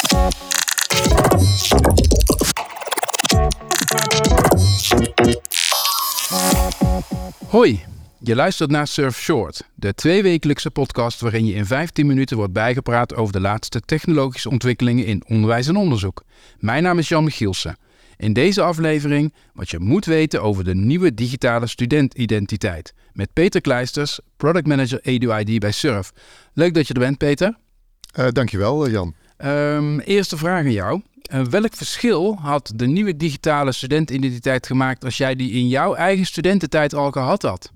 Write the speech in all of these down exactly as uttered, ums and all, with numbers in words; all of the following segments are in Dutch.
Hoi, je luistert naar Surf Short, de tweewekelijkse podcast waarin je in vijftien minuten wordt bijgepraat over de laatste technologische ontwikkelingen in onderwijs en onderzoek. Mijn naam is Jan Michielsen. In deze aflevering wat je moet weten over de nieuwe digitale studentidentiteit met Peter Kleisters, Product Manager Edu I D bij Surf. Leuk dat je er bent, Peter. Uh, dankjewel, Jan. Um, eerste vraag aan jou. Uh, welk verschil had de nieuwe digitale studentidentiteit gemaakt als jij die in jouw eigen studententijd al gehad had?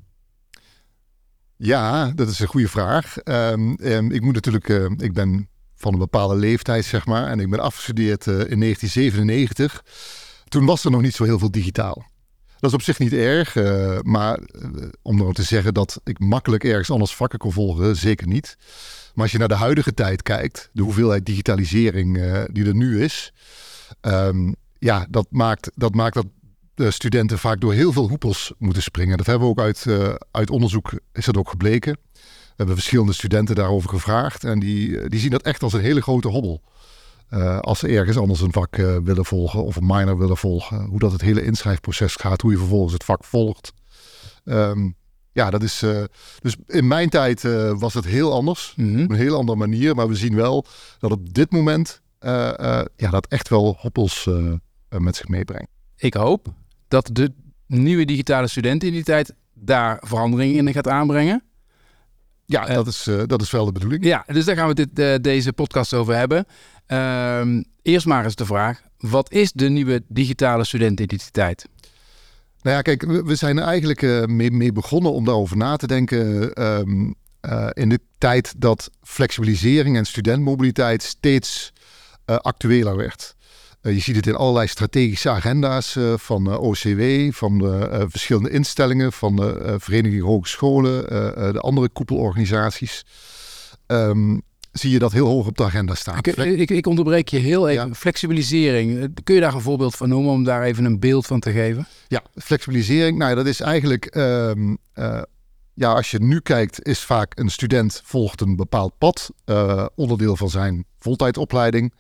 Ja, dat is een goede vraag. Um, um, ik moet natuurlijk, uh, ik ben van een bepaalde leeftijd, zeg maar, en ik ben afgestudeerd uh, in negentien zevenennegentig. Toen was er nog niet zo heel veel digitaal. Dat is op zich niet erg, uh, maar uh, om nou te zeggen dat ik makkelijk ergens anders vakken kon volgen, zeker niet. Maar als je naar de huidige tijd kijkt, de hoeveelheid digitalisering uh, die er nu is, um, ja, dat maakt, dat maakt dat de studenten vaak door heel veel hoepels moeten springen. Dat hebben we ook uit, uh, uit onderzoek, is dat ook gebleken. We hebben verschillende studenten daarover gevraagd en die, die zien dat echt als een hele grote hobbel. Uh, als ze ergens anders een vak uh, willen volgen of een minor willen volgen. Hoe dat het hele inschrijfproces gaat, hoe je vervolgens het vak volgt. Um, ja, dat is... Uh, dus in mijn tijd uh, was het heel anders. Mm-hmm. Op een heel andere manier. Maar we zien wel dat op dit moment uh, uh, ja, dat echt wel hoppels uh, uh, met zich meebrengt. Ik hoop dat de nieuwe digitale studentidentiteit daar verandering in gaat aanbrengen. Ja, uh, dat, is, uh, dat is wel de bedoeling. Ja, dus daar gaan we dit, uh, deze podcast over hebben. Uh, eerst maar eens de vraag, wat is de nieuwe digitale studentidentiteit? Nou ja, kijk, we, we zijn er eigenlijk uh, mee, mee begonnen om daarover na te denken um, uh, in de tijd dat flexibilisering en studentmobiliteit steeds uh, actueler werd. Uh, je ziet het in allerlei strategische agenda's uh, van uh, O C W, van de uh, verschillende instellingen, van de uh, Vereniging Hogescholen, uh, uh, de andere koepelorganisaties. Um, zie je dat heel hoog op de agenda staan. Ik, ik, ik onderbreek je heel even. Ja. Flexibilisering, kun je daar een voorbeeld van noemen om daar even een beeld van te geven? Ja, flexibilisering, nou ja, dat is eigenlijk... Um, uh, ja, als je nu kijkt, is vaak een student volgt een bepaald pad, uh, onderdeel van zijn voltijdopleiding.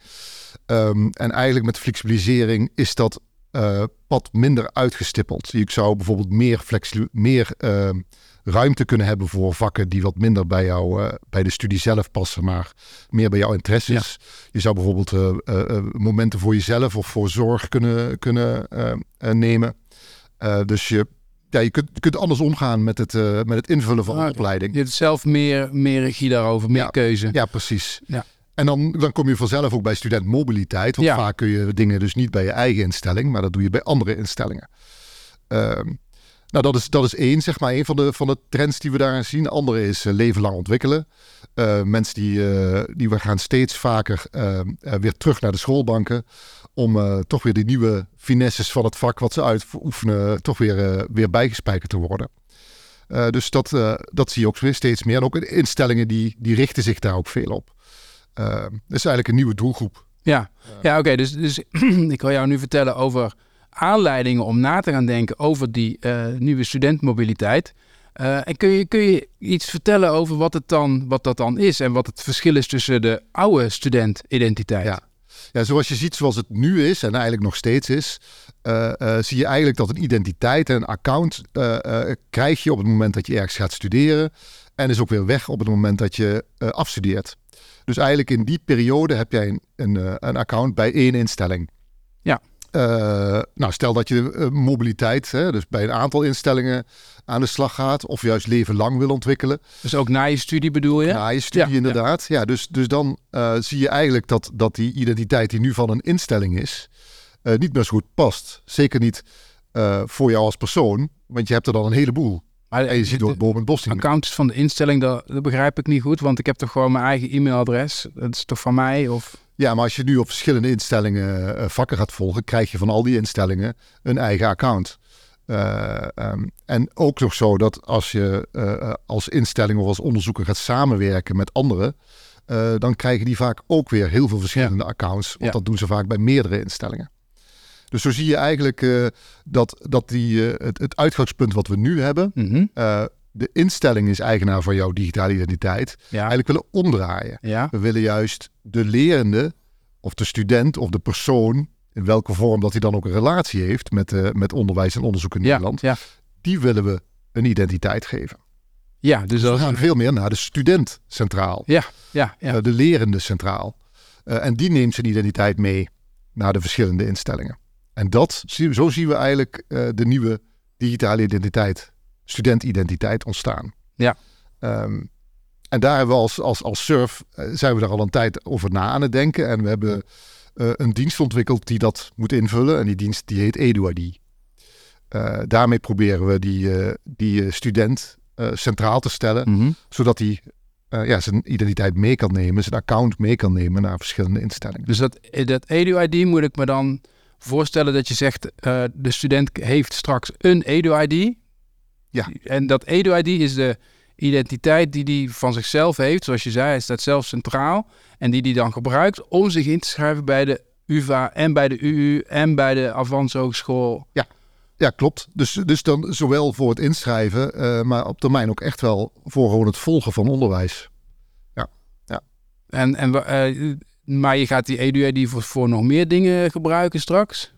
Um, en eigenlijk met flexibilisering is dat uh, pad minder uitgestippeld. Je zou bijvoorbeeld meer, flexi- meer uh, ruimte kunnen hebben voor vakken die wat minder bij jou, uh, bij de studie zelf passen, maar meer bij jouw interesses. Ja. Je zou bijvoorbeeld uh, uh, momenten voor jezelf of voor zorg kunnen, kunnen uh, uh, nemen. Uh, dus je, ja, je, kunt, je kunt anders omgaan met het, uh, met het invullen van nou, de opleiding. Je hebt zelf meer, meer regie daarover, meer ja, keuze. Ja, precies. Ja. En dan, dan kom je vanzelf ook bij studentmobiliteit. Want ja. vaak kun je dingen dus niet bij je eigen instelling, maar dat doe je bij andere instellingen. Uh, nou, dat is, dat is één, zeg maar, één van de, van de trends die we daarin zien. Andere is uh, leven lang ontwikkelen. Uh, mensen die, uh, die we gaan steeds vaker uh, uh, weer terug naar de schoolbanken. Om uh, toch weer die nieuwe finesses van het vak wat ze uitoefenen, toch weer, uh, weer bijgespijkerd te worden. Uh, dus dat, uh, dat zie je ook weer steeds meer. En ook instellingen die, die richten zich daar ook veel op. Uh, dat is eigenlijk een nieuwe doelgroep. Ja, ja oké. Okay. Dus, dus ik wil jou nu vertellen over aanleidingen om na te gaan denken over die uh, nieuwe studentmobiliteit. Uh, en kun je, kun je iets vertellen over wat, het dan, wat dat dan is en wat het verschil is tussen de oude studentidentiteit? Ja. Ja, zoals je ziet, zoals het nu is en eigenlijk nog steeds is, uh, uh, zie je eigenlijk dat een identiteit en een account uh, uh, krijg je op het moment dat je ergens gaat studeren en is ook weer weg op het moment dat je uh, afstudeert. Dus eigenlijk in die periode heb jij een, een, een account bij één instelling. Ja. Uh, nou, stel dat je uh, mobiliteit, hè, dus bij een aantal instellingen aan de slag gaat of juist leven lang wil ontwikkelen. Dus ook na je studie bedoel je? Na je studie ja, inderdaad. Ja. Ja, dus, dus dan uh, zie je eigenlijk dat, dat die identiteit die nu van een instelling is, uh, niet meer zo goed past. Zeker niet uh, voor jou als persoon, want je hebt er dan een heleboel. Maar en je ziet door het boom en bos niet. Accounts van de instelling, dat, dat begrijp ik niet goed, want ik heb toch gewoon mijn eigen e-mailadres. Dat is toch van mij? Of... Ja, maar als je nu op verschillende instellingen uh, vakken gaat volgen, krijg je van al die instellingen een eigen account. Uh, um, en ook nog zo dat als je uh, als instelling of als onderzoeker gaat samenwerken met anderen, uh, dan krijgen die vaak ook weer heel veel verschillende ja. accounts. Want ja. dat doen ze vaak bij meerdere instellingen. Dus zo zie je eigenlijk uh, dat, dat die, uh, het, het uitgangspunt wat we nu hebben, mm-hmm. uh, de instelling is eigenaar van jouw digitale identiteit, ja. eigenlijk willen omdraaien. Ja. We willen juist de lerende of de student of de persoon, in welke vorm dat hij dan ook een relatie heeft met, uh, met onderwijs en onderzoek in ja, Nederland, ja. die willen we een identiteit geven. Ja, dus, dus we gaan veel meer naar de student centraal. Ja, ja, ja. Uh, de lerende centraal. Uh, en die neemt zijn identiteit mee naar de verschillende instellingen. En dat, zo zien we eigenlijk uh, de nieuwe digitale identiteit, studentidentiteit ontstaan. Ja. Um, en daar hebben we als, als, als SURF, uh, zijn we daar al een tijd over na aan het denken. En we hebben uh, een dienst ontwikkeld die dat moet invullen. En die dienst die heet EduID. Uh, daarmee proberen we die, uh, die uh, student uh, centraal te stellen. Mm-hmm. Zodat hij uh, ja, zijn identiteit mee kan nemen, zijn account mee kan nemen naar verschillende instellingen. Dus dat, dat EduID moet ik me dan voorstellen dat je zegt, uh, de student heeft straks een EduID. Ja. En dat EduID is de identiteit die hij van zichzelf heeft. Zoals je zei, hij staat zelf centraal. En die hij dan gebruikt om zich in te schrijven bij de U vA en bij de U U en bij de Avans Hogeschool. Ja. Ja, klopt. Dus, dus dan zowel voor het inschrijven, uh, maar op termijn ook echt wel voor gewoon het volgen van onderwijs. Ja. ja. En, en, uh, maar je gaat die EduID voor, voor nog meer dingen gebruiken straks?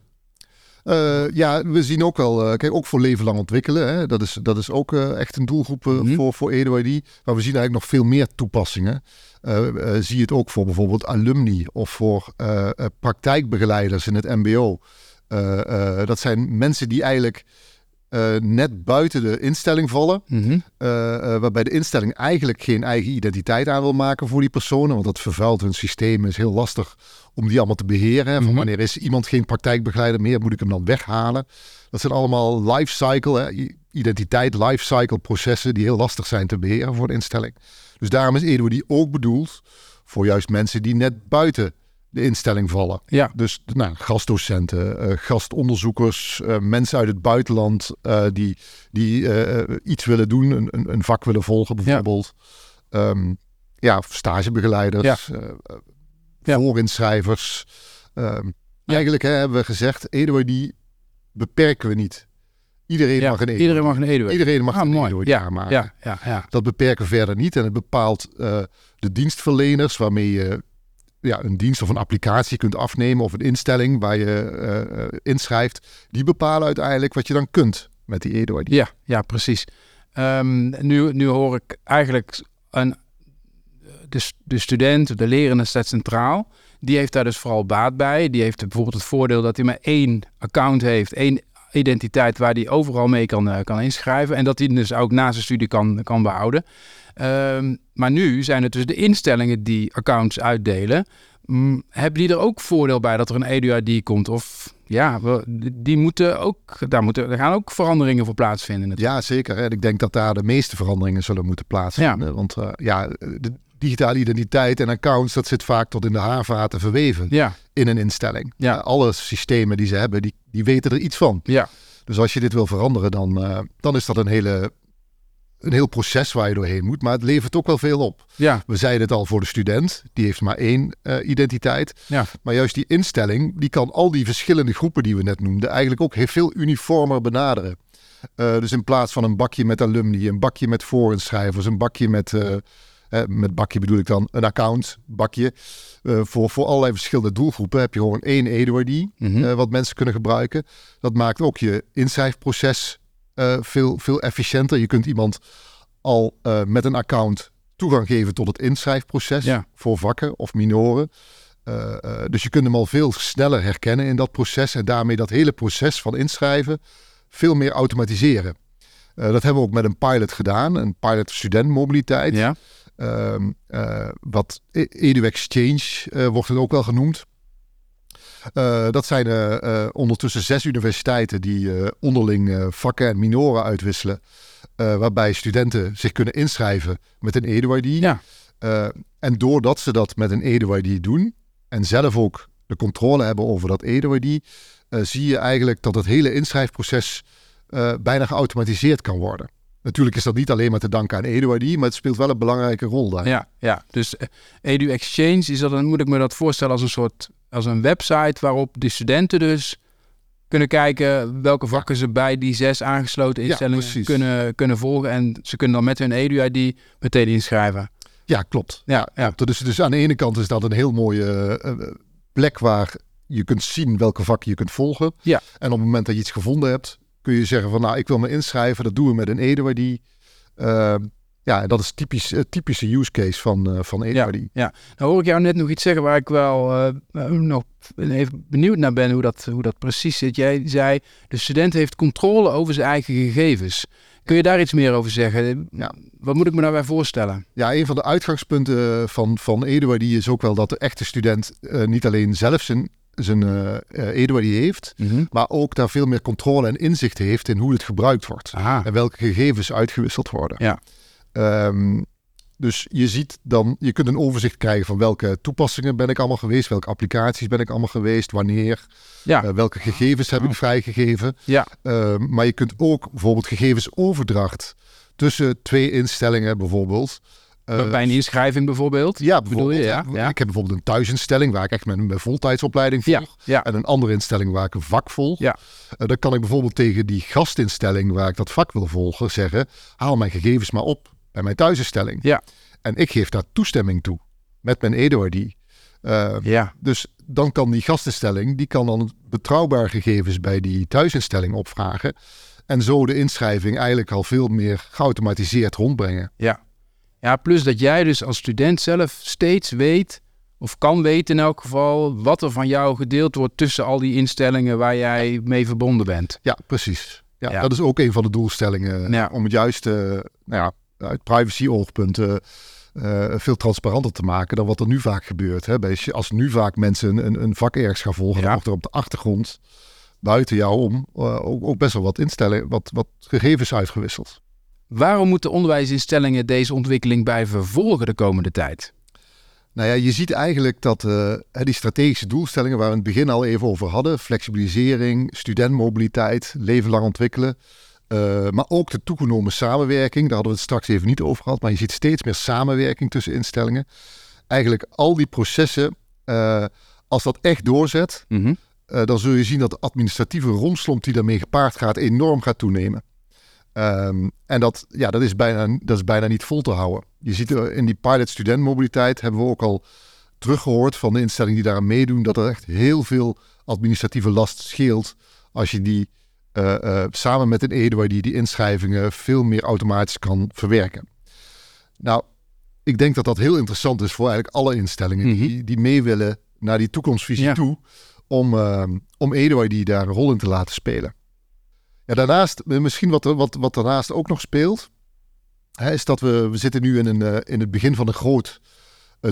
Uh, ja, we zien ook wel, uh, kijk, ook voor leven lang ontwikkelen. Hè, dat, is, dat is ook uh, echt een doelgroep uh, mm-hmm. voor, voor EduID. Maar we zien eigenlijk nog veel meer toepassingen. Uh, uh, zie je het ook voor bijvoorbeeld alumni of voor uh, uh, praktijkbegeleiders in het mbo. Uh, uh, dat zijn mensen die eigenlijk uh, net buiten de instelling vallen. Mm-hmm. Uh, uh, waarbij de instelling eigenlijk geen eigen identiteit aan wil maken voor die personen. Want dat vervuilt hun systeem, is heel lastig om die allemaal te beheren. Van Mm-hmm. wanneer is iemand geen praktijkbegeleider meer, moet ik hem dan weghalen? Dat zijn allemaal lifecycle, hè, identiteit, lifecycle processen die heel lastig zijn te beheren voor de instelling. Dus daarom is EduID ook bedoeld voor juist mensen die net buiten de instelling vallen. Ja. Dus nou, gastdocenten, uh, gastonderzoekers, uh, mensen uit het buitenland uh, die, die uh, iets willen doen, een, een vak willen volgen bijvoorbeeld. Ja, um, ja stagebegeleiders, ja. Uh, ja. voorinschrijvers. Um, ja. Eigenlijk hè, hebben we gezegd, EduID beperken we niet. Iedereen ja, mag een EduID. Iedereen mag een EduID. Iedereen mag ah, een EduID ja, maken. Ja, ja, ja. Dat beperken we verder niet. En het bepaalt uh, de dienstverleners waarmee je ja, een dienst of een applicatie kunt afnemen of een instelling waar je uh, uh, inschrijft. Die bepalen uiteindelijk wat je dan kunt met die EduID. Ja, ja, precies. Um, nu, nu hoor ik eigenlijk een, de, de student, de lerende staat centraal. Die heeft daar dus vooral baat bij. Die heeft bijvoorbeeld het voordeel dat hij maar één account heeft, één identiteit waar hij overal mee kan, uh, kan inschrijven. En dat hij dus ook na zijn studie kan, kan behouden. Um, maar nu zijn het dus de instellingen die accounts uitdelen. Um, hebben die er ook voordeel bij dat er een EduID komt? Of ja, we, die moeten ook, daar, moeten, daar gaan ook veranderingen voor plaatsvinden. Natuurlijk. Ja, zeker. En ik denk dat daar de meeste veranderingen zullen moeten plaatsvinden. Ja. Want uh, ja, de digitale identiteit en accounts, dat zit vaak tot in de haarvaten verweven ja. in een instelling. Ja. Uh, alle systemen die ze hebben, die, die weten er iets van. Ja. Dus als je dit wil veranderen, dan, uh, dan is dat een hele... een heel proces waar je doorheen moet, maar het levert ook wel veel op. Ja. We zeiden het al voor de student, die heeft maar één uh, identiteit. Ja. Maar juist die instelling, die kan al die verschillende groepen die we net noemden, eigenlijk ook heel veel uniformer benaderen. Uh, dus in plaats van een bakje met alumni, een bakje met voorinschrijvers, een bakje met, uh, eh, met bakje bedoel ik dan een account, bakje. Uh, voor, voor allerlei verschillende doelgroepen heb je gewoon één EduID, mm-hmm. uh, wat mensen kunnen gebruiken. Dat maakt ook je inschrijfproces Uh, veel, veel efficiënter. Je kunt iemand al uh, met een account toegang geven tot het inschrijfproces ja. voor vakken of minoren. Uh, uh, dus je kunt hem al veel sneller herkennen in dat proces en daarmee dat hele proces van inschrijven veel meer automatiseren. Uh, dat hebben we ook met een pilot gedaan, een pilot studentmobiliteit. Ja. Uh, uh, wat EduExchange uh, wordt het ook wel genoemd. Uh, dat zijn uh, uh, ondertussen zes universiteiten die uh, onderling uh, vakken en minoren uitwisselen. Uh, waarbij studenten zich kunnen inschrijven met een EduID. Ja. Uh, en doordat ze dat met een EduID doen en zelf ook de controle hebben over dat EduID, uh, zie je eigenlijk dat het hele inschrijfproces uh, bijna geautomatiseerd kan worden. Natuurlijk is dat niet alleen maar te danken aan EduID, maar het speelt wel een belangrijke rol daar. Ja, ja. Dus uh, EduExchange, is dat een, moet ik me dat voorstellen als een soort, als een website waarop de studenten dus kunnen kijken welke vakken ze bij die zes aangesloten instellingen ja, kunnen, kunnen volgen. En ze kunnen dan met hun EduID meteen inschrijven. Ja, klopt. Ja, ja. Dus, dus aan de ene kant is dat een heel mooie uh, plek waar je kunt zien welke vakken je kunt volgen. Ja. En op het moment dat je iets gevonden hebt, kun je zeggen van nou, ik wil me inschrijven. Dat doen we met een Eduardie. Uh, ja, dat is typisch, uh, typische use case van, uh, van Eduardie. Ja, ja, nou hoor ik jou net nog iets zeggen waar ik wel uh, nog even benieuwd naar ben hoe dat, hoe dat precies zit. Jij zei, de student heeft controle over zijn eigen gegevens. Kun je daar iets meer over zeggen? Ja. Wat moet ik me daarbij voorstellen? Ja, een van de uitgangspunten van, van Eduardie is ook wel dat de echte student uh, niet alleen zelf zijn, zijn uh, Eduardie heeft, mm-hmm. maar ook daar veel meer controle en inzicht heeft in hoe het gebruikt wordt. Aha. En welke gegevens uitgewisseld worden. Ja. Um, dus je ziet dan, je kunt een overzicht krijgen van welke toepassingen ben ik allemaal geweest, welke applicaties ben ik allemaal geweest, wanneer, ja. uh, welke gegevens heb ik vrijgegeven. Ja. Uh, maar je kunt ook bijvoorbeeld gegevensoverdracht tussen twee instellingen bijvoorbeeld. Uh, Bij een inschrijving bijvoorbeeld? Ja, bijvoorbeeld. Bedoel je, ja? Ja. Ik heb bijvoorbeeld een thuisinstelling waar ik echt mijn, mijn voltijdsopleiding volg. Ja. Ja. En een andere instelling waar ik een vak volg. Ja. Uh, dan kan ik bijvoorbeeld tegen die gastinstelling waar ik dat vak wil volgen zeggen, haal mijn gegevens maar op bij mijn thuisinstelling. Ja. En ik geef daar toestemming toe met mijn Eduardie. Uh, ja. Dus dan kan die gastinstelling, die kan dan betrouwbare gegevens bij die thuisinstelling opvragen. En zo de inschrijving eigenlijk al veel meer geautomatiseerd rondbrengen. Ja. Ja, plus dat jij dus als student zelf steeds weet, of kan weten in elk geval, wat er van jou gedeeld wordt tussen al die instellingen waar jij mee verbonden bent. Ja, precies. Ja, ja. Dat is ook een van de doelstellingen. Ja. Om het juist uh, nou ja, uit privacy-oogpunten uh, veel transparanter te maken dan wat er nu vaak gebeurt. Hè? Als nu vaak mensen een, een vak ergens gaan volgen, ja. dan wordt er op de achtergrond buiten jou om uh, ook, ook best wel wat instellingen, wat, wat gegevens uitgewisseld. Waarom moeten onderwijsinstellingen deze ontwikkeling blijven volgen de komende tijd? Nou ja, je ziet eigenlijk dat uh, die strategische doelstellingen waar we in het begin al even over hadden, flexibilisering, studentmobiliteit, leven lang ontwikkelen, uh, maar ook de toegenomen samenwerking, daar hadden we het straks even niet over gehad, maar je ziet steeds meer samenwerking tussen instellingen. Eigenlijk al die processen, uh, als dat echt doorzet, mm-hmm. uh, dan zul je zien dat de administratieve romslomp die daarmee gepaard gaat enorm gaat toenemen. Um, en dat, ja, dat, is bijna, dat is bijna niet vol te houden. Je ziet er in die pilot studentmobiliteit hebben we ook al teruggehoord van de instellingen die daaraan meedoen, dat er echt heel veel administratieve last scheelt als je die uh, uh, samen met een Eduardie die inschrijvingen veel meer automatisch kan verwerken. Nou, ik denk dat dat heel interessant is voor eigenlijk alle instellingen mm-hmm. die, die mee willen naar die toekomstvisie ja. toe om, uh, om Eduardie daar een rol in te laten spelen. Ja, daarnaast, misschien wat, wat, wat daarnaast ook nog speelt, hè, is dat we, we zitten nu in, een, uh, in het begin van een groot uh,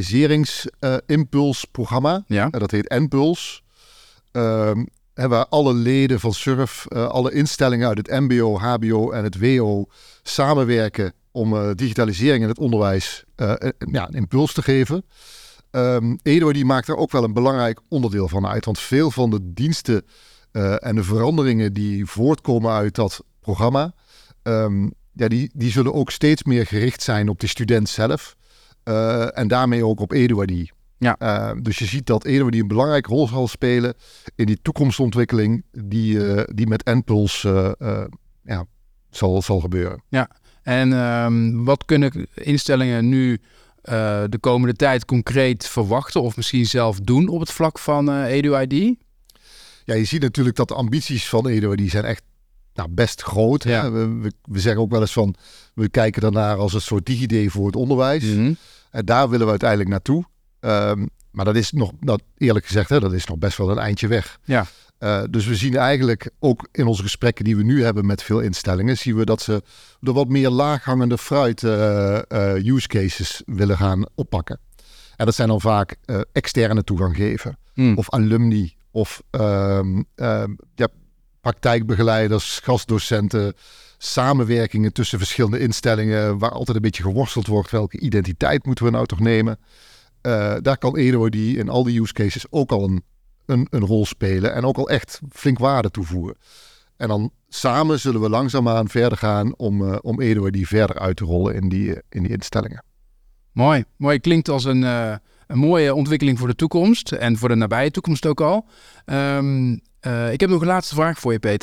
digitaliseringsimpulsprogramma. Uh, ja. uh, dat heet N-Puls. Uh, hè, waar alle leden van SURF, uh, alle instellingen uit het M B O, H B O en het W O samenwerken om uh, digitalisering in het onderwijs uh, uh, ja, een impuls te geven. Um, Eduardie maakt er ook wel een belangrijk onderdeel van uit, want veel van de diensten Uh, en de veranderingen die voortkomen uit dat programma, um, ja, die, die zullen ook steeds meer gericht zijn op de student zelf. Uh, en daarmee ook op Eduardie. Ja. Uh, dus je ziet dat Eduardie een belangrijke rol zal spelen in die toekomstontwikkeling die, uh, die met N-Puls uh, uh, ja, zal, zal gebeuren. Ja, en um, wat kunnen instellingen nu uh, de komende tijd concreet verwachten of misschien zelf doen op het vlak van uh, Eduardie? Ja, je ziet natuurlijk dat de ambities van Eduardie zijn echt nou, best groot. Ja. We, we, we zeggen ook wel eens van, we kijken daarnaar als een soort DigiD voor het onderwijs. Mm-hmm. En daar willen we uiteindelijk naartoe. Um, maar dat is nog, nou, eerlijk gezegd, hè, dat is nog best wel een eindje weg. Ja. Uh, dus we zien eigenlijk ook in onze gesprekken die we nu hebben met veel instellingen, zien we dat ze de wat meer laaghangende fruit uh, uh, use cases willen gaan oppakken. En dat zijn dan vaak uh, externe toegang geven. Mm. Of alumni. Of um, um, ja, praktijkbegeleiders, gastdocenten, samenwerkingen tussen verschillende instellingen waar altijd een beetje geworsteld wordt. Welke identiteit moeten we nou toch nemen? Uh, daar kan Eduardie in al die use cases ook al een, een, een rol spelen en ook al echt flink waarde toevoegen. En dan samen zullen we langzaamaan verder gaan om, uh, om Eduardie verder uit te rollen in die, in die instellingen. Mooi, mooi. Klinkt als een... Uh... Een mooie ontwikkeling voor de toekomst en voor de nabije toekomst ook al. Um, uh, ik heb nog een laatste vraag voor je, Peter.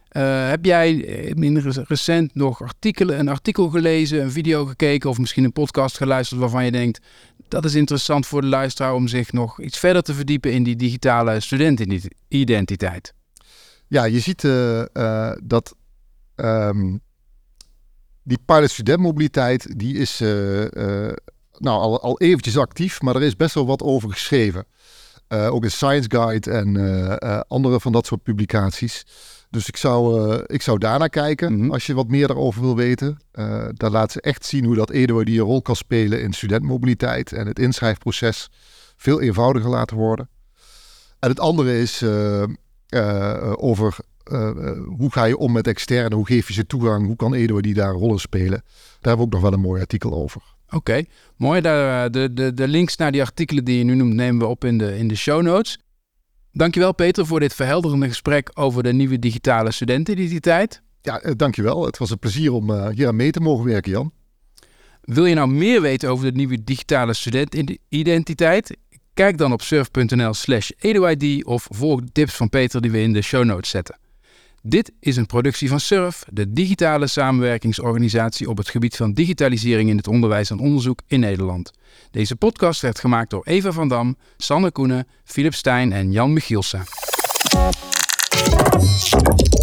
Uh, heb jij in recent nog artikelen, een artikel gelezen, een video gekeken of misschien een podcast geluisterd waarvan je denkt, dat is interessant voor de luisteraar om zich nog iets verder te verdiepen in die digitale studentenidentiteit? Ja, je ziet uh, uh, dat um, die pilot studentmobiliteit, die is uh, uh, nou, al, al eventjes actief, maar er is best wel wat over geschreven. Uh, ook in Science Guide en uh, uh, andere van dat soort publicaties. Dus ik zou, uh, ik zou daarnaar kijken, mm-hmm. als je wat meer daarover wil weten. Uh, daar laat ze echt zien hoe dat Eduard die een rol kan spelen in studentmobiliteit en het inschrijfproces veel eenvoudiger laten worden. En het andere is uh, uh, over uh, uh, hoe ga je om met externe, hoe geef je ze toegang, hoe kan Eduard die daar rollen spelen. Daar hebben we ook nog wel een mooi artikel over. Oké, okay, mooi. De, de, de, de links naar die artikelen die je nu noemt nemen we op in de, in de show notes. Dankjewel Peter voor dit verhelderende gesprek over de nieuwe digitale studentenidentiteit. Ja, uh, dankjewel. Het was een plezier om uh, hier aan mee te mogen werken, Jan. Wil je nou meer weten over de nieuwe digitale studentenidentiteit? Kijk dan op surf.nl slash eduid of volg de tips van Peter die we in de show notes zetten. Dit is een productie van Surf, de digitale samenwerkingsorganisatie op het gebied van digitalisering in het onderwijs en onderzoek in Nederland. Deze podcast werd gemaakt door Eva van Dam, Sanne Koenen, Philip Stijn en Jan Michielsen.